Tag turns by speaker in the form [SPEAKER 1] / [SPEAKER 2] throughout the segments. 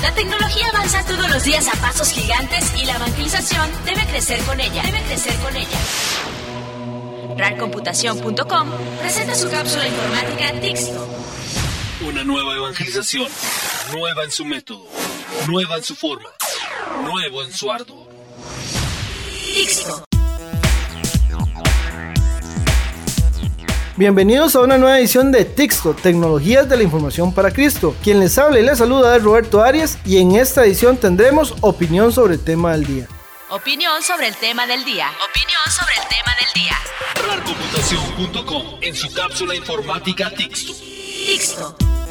[SPEAKER 1] La tecnología avanza todos los días a pasos gigantes y la evangelización debe crecer con ella. RARcomputación.com presenta su cápsula informática Tixto.
[SPEAKER 2] Una nueva evangelización, nueva en su método, nueva en su forma, nuevo en su arduo.
[SPEAKER 1] Tixto.
[SPEAKER 3] Bienvenidos a una nueva edición de Tixto, Tecnologías de la Información para Cristo. Quien les habla y les saluda es Roberto Arias y en esta edición tendremos opinión sobre el tema del día.
[SPEAKER 1] Opinión sobre el tema del día.
[SPEAKER 2] RARcomputación.com en su cápsula informática Tixto.
[SPEAKER 1] Tixto.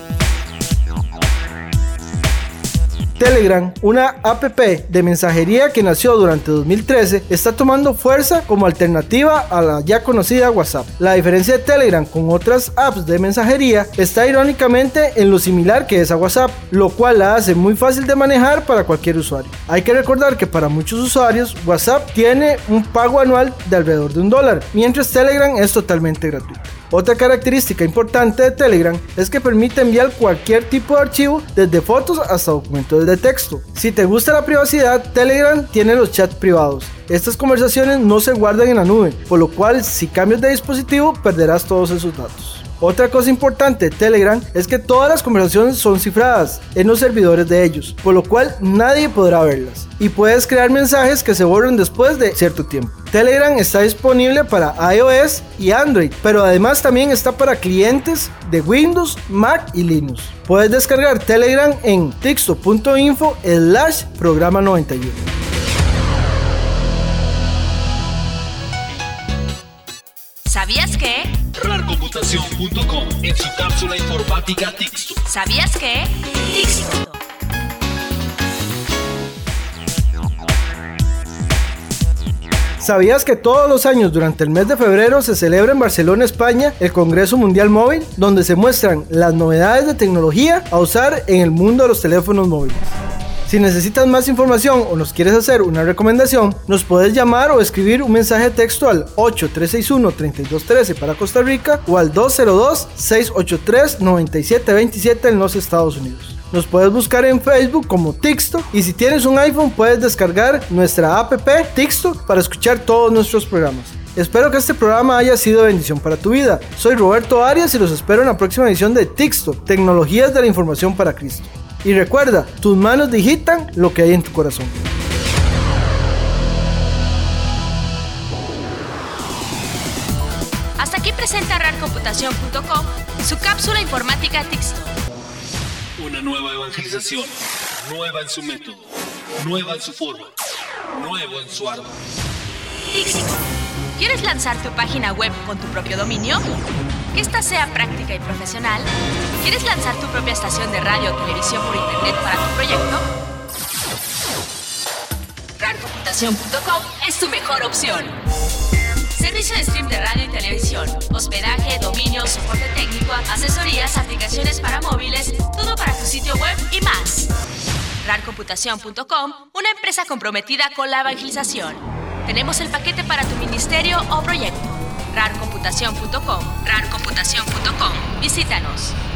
[SPEAKER 3] Telegram, una app de mensajería que nació durante 2013, está tomando fuerza como alternativa a la ya conocida WhatsApp. La diferencia de Telegram con otras apps de mensajería está irónicamente en lo similar que es a WhatsApp, lo cual la hace muy fácil de manejar para cualquier usuario. Hay que recordar que para muchos usuarios, WhatsApp tiene un pago anual de alrededor de $1, mientras Telegram es totalmente gratuito. Otra característica importante de Telegram es que permite enviar cualquier tipo de archivo, desde fotos hasta documentos de texto. Si te gusta la privacidad, Telegram tiene los chats privados. Estas conversaciones no se guardan en la nube, por lo cual si cambias de dispositivo perderás todos esos datos. Otra cosa importante de Telegram es que todas las conversaciones son cifradas en los servidores de ellos, por lo cual nadie podrá verlas. Y puedes crear mensajes que se borren después de cierto tiempo. Telegram está disponible para iOS y Android, pero además también está para clientes de Windows, Mac y Linux. Puedes descargar Telegram en tixto.info/programa 91.
[SPEAKER 1] ¿Sabías que?
[SPEAKER 2] RARcomputación.com en su cápsula informática Tixto.
[SPEAKER 1] ¿Sabías que? Tixto.
[SPEAKER 3] ¿Sabías que todos los años durante el mes de febrero se celebra en Barcelona, España, el Congreso Mundial Móvil, donde se muestran las novedades de tecnología a usar en el mundo de los teléfonos móviles? Si necesitas más información o nos quieres hacer una recomendación, nos puedes llamar o escribir un mensaje de texto al 8361-3213 para Costa Rica o al 202-683-9727 en los Estados Unidos. Nos puedes buscar en Facebook como Tixto y si tienes un iPhone puedes descargar nuestra app Tixto para escuchar todos nuestros programas. Espero que este programa haya sido de bendición para tu vida. Soy Roberto Arias y los espero en la próxima edición de Tixto, Tecnologías de la Información para Cristo. Y recuerda, tus manos digitan lo que hay en tu corazón.
[SPEAKER 1] Hasta aquí presenta RARcomputación.com su cápsula informática Tixto.
[SPEAKER 2] Una nueva evangelización, nueva en su método, nueva en su forma, nuevo en su arduo.
[SPEAKER 1] Tixto. ¿Quieres lanzar tu página web con tu propio dominio? Que esta sea práctica y profesional. ¿Quieres lanzar tu propia estación de radio o televisión por internet para tu proyecto? RARcomputación.com es tu mejor opción. Servicio de stream de radio y televisión, hospedaje, dominio, soporte técnico, asesorías, aplicaciones para móviles, todo para tu sitio web y más. RARcomputación.com, una empresa comprometida con la evangelización. Tenemos el paquete para tu ministerio o proyecto. RARcomputación.com. Visítanos.